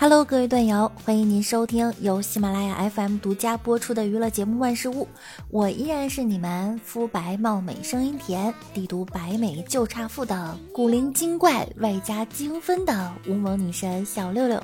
Hello， 各位段友，欢迎您收听由喜马拉雅 FM 独家播出的娱乐节目《万事屋》，我依然是你们肤白貌美声音甜，帝都白美就差富的古灵精怪外加精分的无萌女神小六六。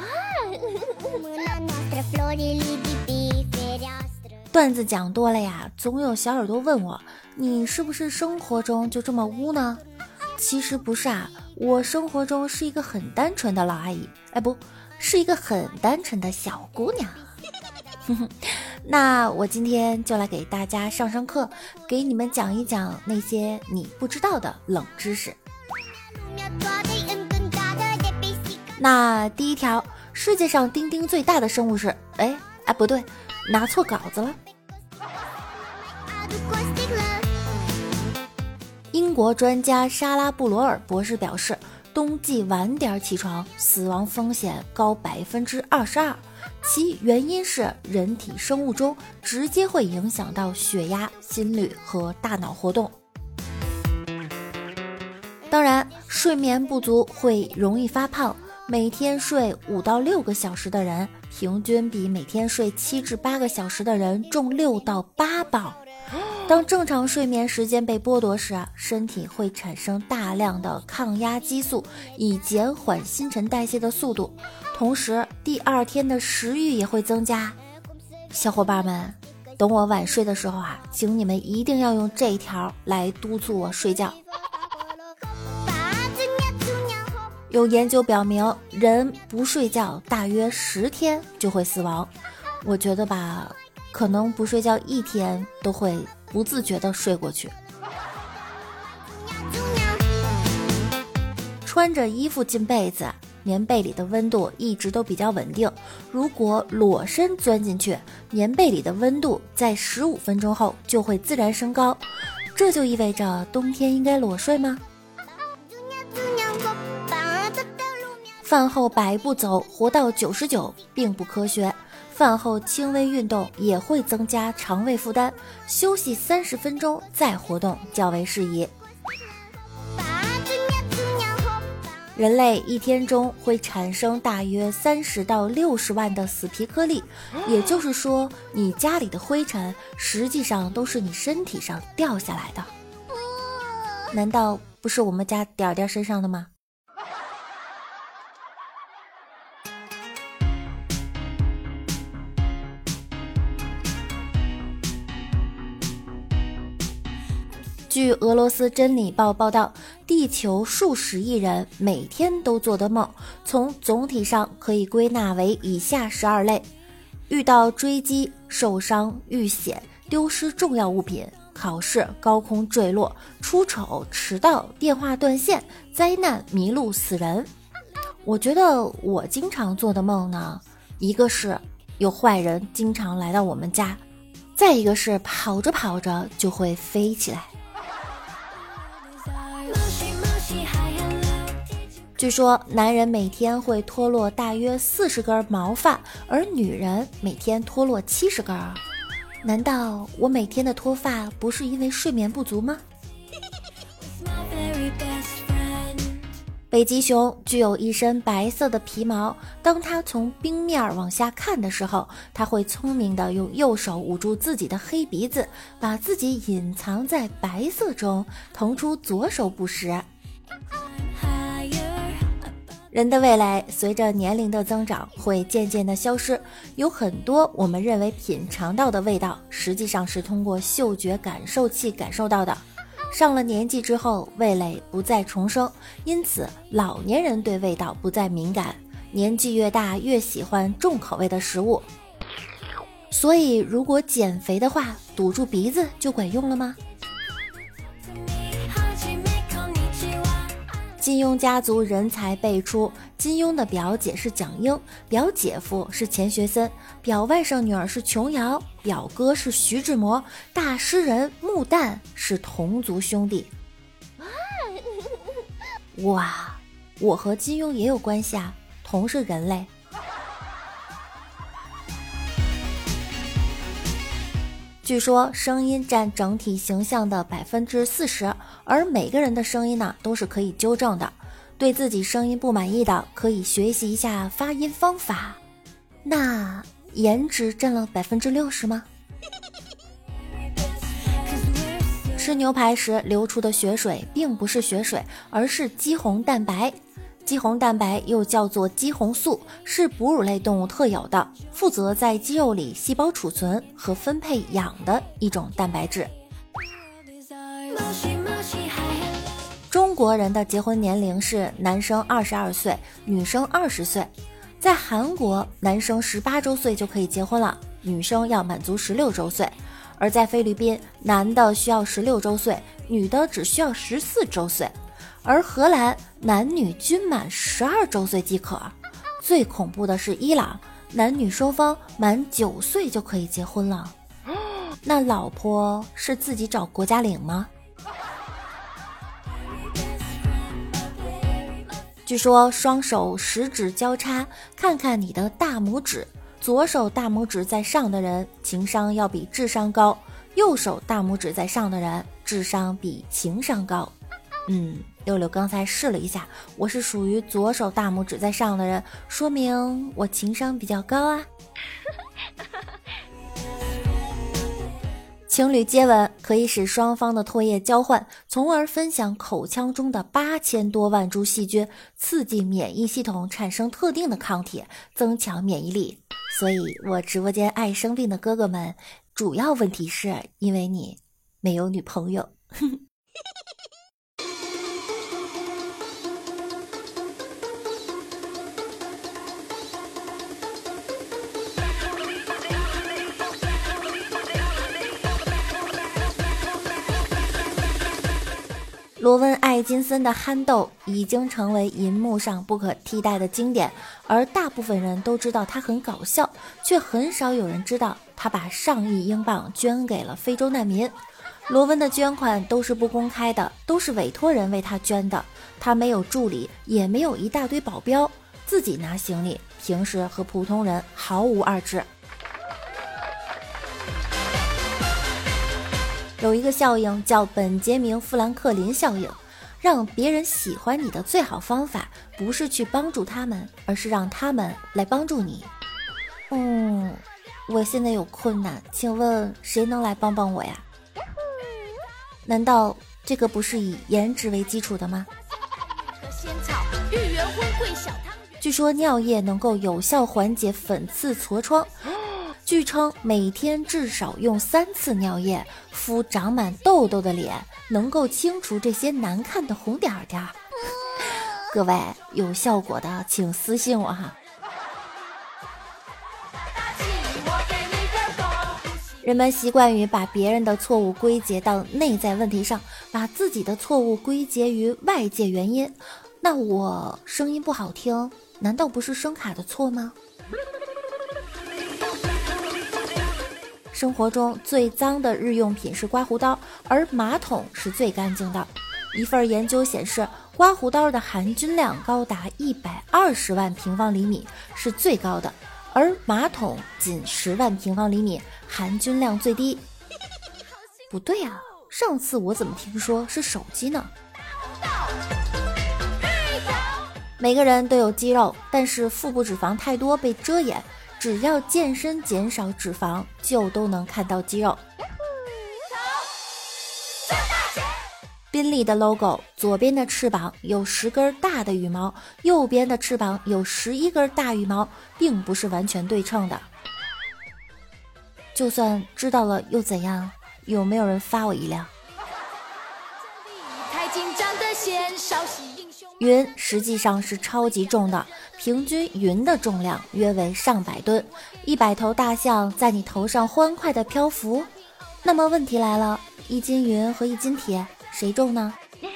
段子讲多了呀，总有小耳朵问我，你是不是生活中就这么污呢？其实不是啊，我生活中是一个很单纯的老阿姨，不是一个很单纯的小姑娘。那我今天就来给大家上上课，给你们讲一讲那些你不知道的冷知识。那第一条，世界上丁丁最大的生物是不对，拿错稿子了。英国专家莎拉布罗尔博士表示，冬季晚点起床，死亡风险高22%，其原因是人体生物钟直接会影响到血压、心率和大脑活动。当然，睡眠不足会容易发胖，每天睡5到6个小时的人，平均比每天睡7至8个小时的人重6到8磅。当正常睡眠时间被剥夺时，身体会产生大量的抗压激素，以减缓新陈代谢的速度，同时第二天的食欲也会增加。小伙伴们，等我晚睡的时候请你们一定要用这一条来督促我睡觉。有研究表明，人不睡觉大约10天就会死亡。我觉得吧，可能不睡觉1天都会不自觉地睡过去。穿着衣服进被子，棉被里的温度一直都比较稳定，如果裸身钻进去，棉被里的温度在15分钟后就会自然升高，这就意味着冬天应该裸睡吗？饭后100步走活到99并不科学，饭后轻微运动也会增加肠胃负担，休息30分钟再活动较为适宜。人类一天中会产生大约30到60万的死皮颗粒，也就是说，你家里的灰尘实际上都是你身体上掉下来的。难道不是我们家点点身上的吗？据俄罗斯真理报报道，地球数十亿人每天都做的梦，从总体上可以归纳为以下12类：遇到追击、受伤、遇险、丢失重要物品、考试高空坠落、出丑、迟到、电话断线、灾难、迷路、死人。我觉得我经常做的梦呢，一个是有坏人经常来到我们家，再一个是跑着跑着就会飞起来。据说男人每天会脱落大约40根毛发，而女人每天脱落70根。难道我每天的脱发不是因为睡眠不足吗？北极熊具有一身白色的皮毛，当它从冰面往下看的时候，它会聪明地用右手捂住自己的黑鼻子，把自己隐藏在白色中，腾出左手捕食。人的味蕾随着年龄的增长会渐渐的消失，有很多我们认为品尝到的味道，实际上是通过嗅觉感受器感受到的。上了年纪之后，味蕾不再重生，因此老年人对味道不再敏感，年纪越大越喜欢重口味的食物。所以如果减肥的话，堵住鼻子就管用了吗？金庸家族人才辈出，金庸的表姐是蒋英，表姐夫是钱学森，表外甥女儿是琼瑶，表哥是徐志摩，大诗人穆旦是同族兄弟。哇，我和金庸也有关系啊，同是人类。据说声音占整体形象的40%，而每个人的声音呢都是可以纠正的。 对自己声音不满意的，可以学习一下发音方法。那颜值占了60%吗？吃牛排时流出的血水并不是血水，而是肌红蛋白。肌红蛋白又叫做肌红素，是哺乳类动物特有的，负责在肌肉里细胞储存和分配氧的一种蛋白质。中国人的结婚年龄是男生22岁，女生20岁。在韩国，男生18周岁就可以结婚了，女生要满足16周岁。而在菲律宾，男的需要16周岁，女的只需要14周岁。而荷兰，男女均满12周岁即可。最恐怖的是伊朗，男女双方满9岁就可以结婚了。那老婆是自己找国家领吗？据说双手食指交叉，看看你的大拇指，左手大拇指在上的人情商要比智商高，右手大拇指在上的人智商比情商高。六六刚才试了一下，我是属于左手大拇指在上的人，说明我情商比较高啊。情侣接吻可以使双方的唾液交换，从而分享口腔中的8000多万株细菌，刺激免疫系统产生特定的抗体，增强免疫力。所以我直播间爱生病的哥哥们，主要问题是因为你没有女朋友。罗温·艾金森的憨豆已经成为银幕上不可替代的经典，而大部分人都知道他很搞笑，却很少有人知道他把上亿英镑捐给了非洲难民。罗温的捐款都是不公开的，都是委托人为他捐的，他没有助理，也没有一大堆保镖，自己拿行李，平时和普通人毫无二致。有一个效应叫本杰明·富兰克林效应，让别人喜欢你的最好方法不是去帮助他们，而是让他们来帮助你。我现在有困难，请问谁能来帮帮我呀？难道这个不是以颜值为基础的吗？据说尿液能够有效缓解粉刺痤疮，据称每天至少用3次尿液敷长满痘痘的脸，能够清除这些难看的红点点。各位有效果的请私信我哈。人们习惯于把别人的错误归结到内在问题上，把自己的错误归结于外界原因。那我声音不好听，难道不是声卡的错吗？生活中最脏的日用品是刮胡刀，而马桶是最干净的。一份研究显示，刮胡刀的含菌量高达120万平方厘米，是最高的，而马桶仅10万平方厘米，含菌量最低。不对啊，上次我怎么听说是手机呢？每个人都有肌肉，但是腹部脂肪太多被遮掩，只要健身减少脂肪，就都能看到肌肉。宾利的 logo 左边的翅膀有10根大的羽毛，右边的翅膀有11根大羽毛，并不是完全对称的。就算知道了又怎样？有没有人发我一辆？云实际上是超级重的，平均云的重量约为上百吨，100头大象在你头上欢快地漂浮。那么问题来了，1斤云和1斤铁谁重呢？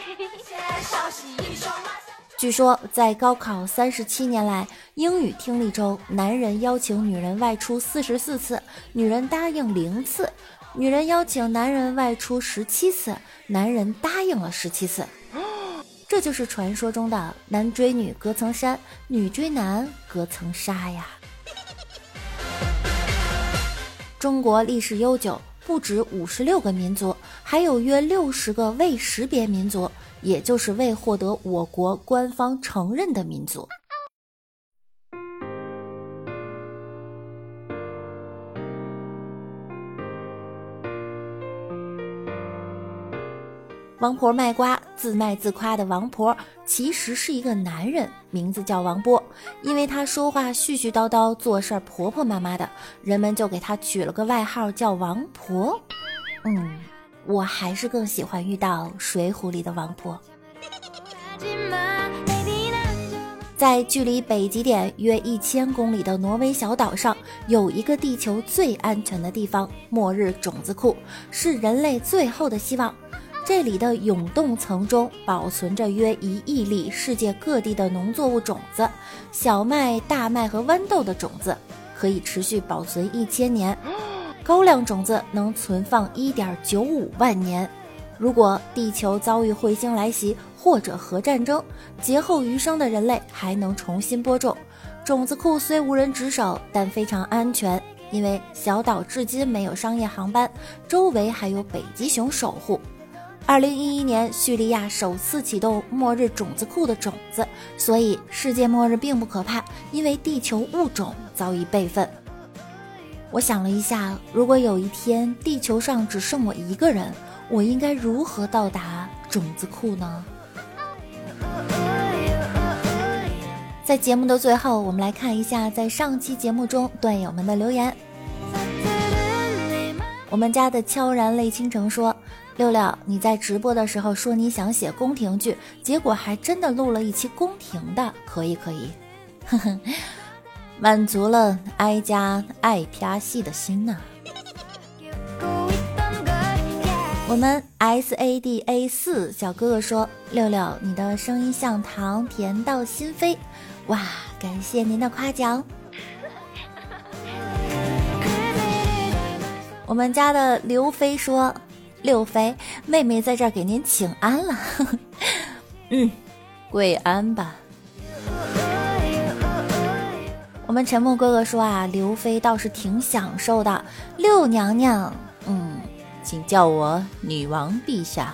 据说在高考37年来，英语听力中，男人邀请女人外出44次，女人答应0次；女人邀请男人外出17次，男人答应了17次。这就是传说中的男追女隔层山，女追男隔层纱呀。中国历史悠久，不止56个民族，还有约60个未识别民族， 也就是未获得我国官方承认的民族。王婆卖瓜，自卖自夸的王婆其实是一个男人，名字叫王波。因为他说话絮絮叨叨，做事婆婆妈妈的，人们就给他取了个外号叫王婆。我还是更喜欢遇到水浒里的王婆。在距离北极点约1000公里的挪威小岛上，有一个地球最安全的地方——末日种子库，是人类最后的希望。这里的永冻层中保存着约1亿粒世界各地的农作物种子，小麦、大麦和豌豆的种子可以持续保存1000年，高粱种子能存放1.95万年。如果地球遭遇彗星来袭或者核战争，劫后余生的人类还能重新播种。种子库虽无人值守，但非常安全，因为小岛至今没有商业航班，周围还有北极熊守护。2011年，叙利亚首次启动末日种子库的种子，所以世界末日并不可怕，因为地球物种早已备份。我想了一下，如果有一天地球上只剩我一个人，我应该如何到达种子库呢？在节目的最后，我们来看一下在上期节目中段友们的留言。我们家的悄然泪倾城说，六六，你在直播的时候说你想写宫廷剧，结果还真的录了一期宫廷的，可以呵呵，满足了哀家爱啪戏的心呐。我们 SADA4 小哥哥说，六六，你的声音像糖，甜到心扉。哇，感谢您的夸奖。我们家的刘飞说，六飞妹妹在这儿给您请安了。跪安吧。我们沉默哥哥说啊，刘飞倒是挺享受的。六娘娘，请叫我女王陛下。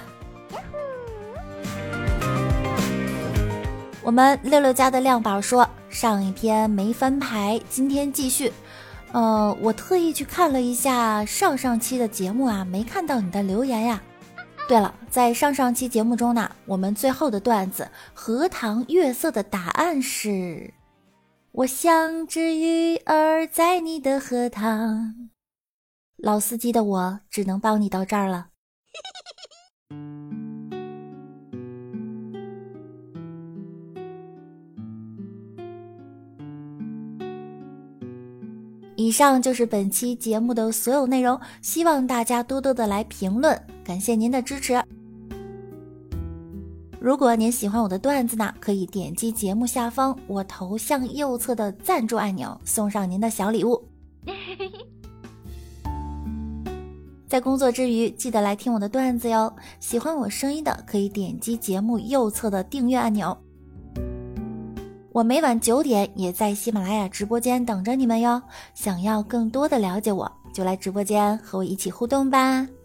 我们六六家的亮宝说，上一篇没翻牌，今天继续。我特意去看了一下上期的节目啊，没看到你的留言呀。对了，在上期节目中呢，我们最后的段子荷塘月色的答案是，我像只鱼儿在你的荷塘。老司机的我只能帮你到这儿了。以上就是本期节目的所有内容，希望大家多多的来评论，感谢您的支持。如果您喜欢我的段子呢，可以点击节目下方我头像右侧的赞助按钮，送上您的小礼物。在工作之余记得来听我的段子哟，喜欢我声音的可以点击节目右侧的订阅按钮。我每晚9点也在喜马拉雅直播间等着你们哟，想要更多的了解我，就来直播间和我一起互动吧。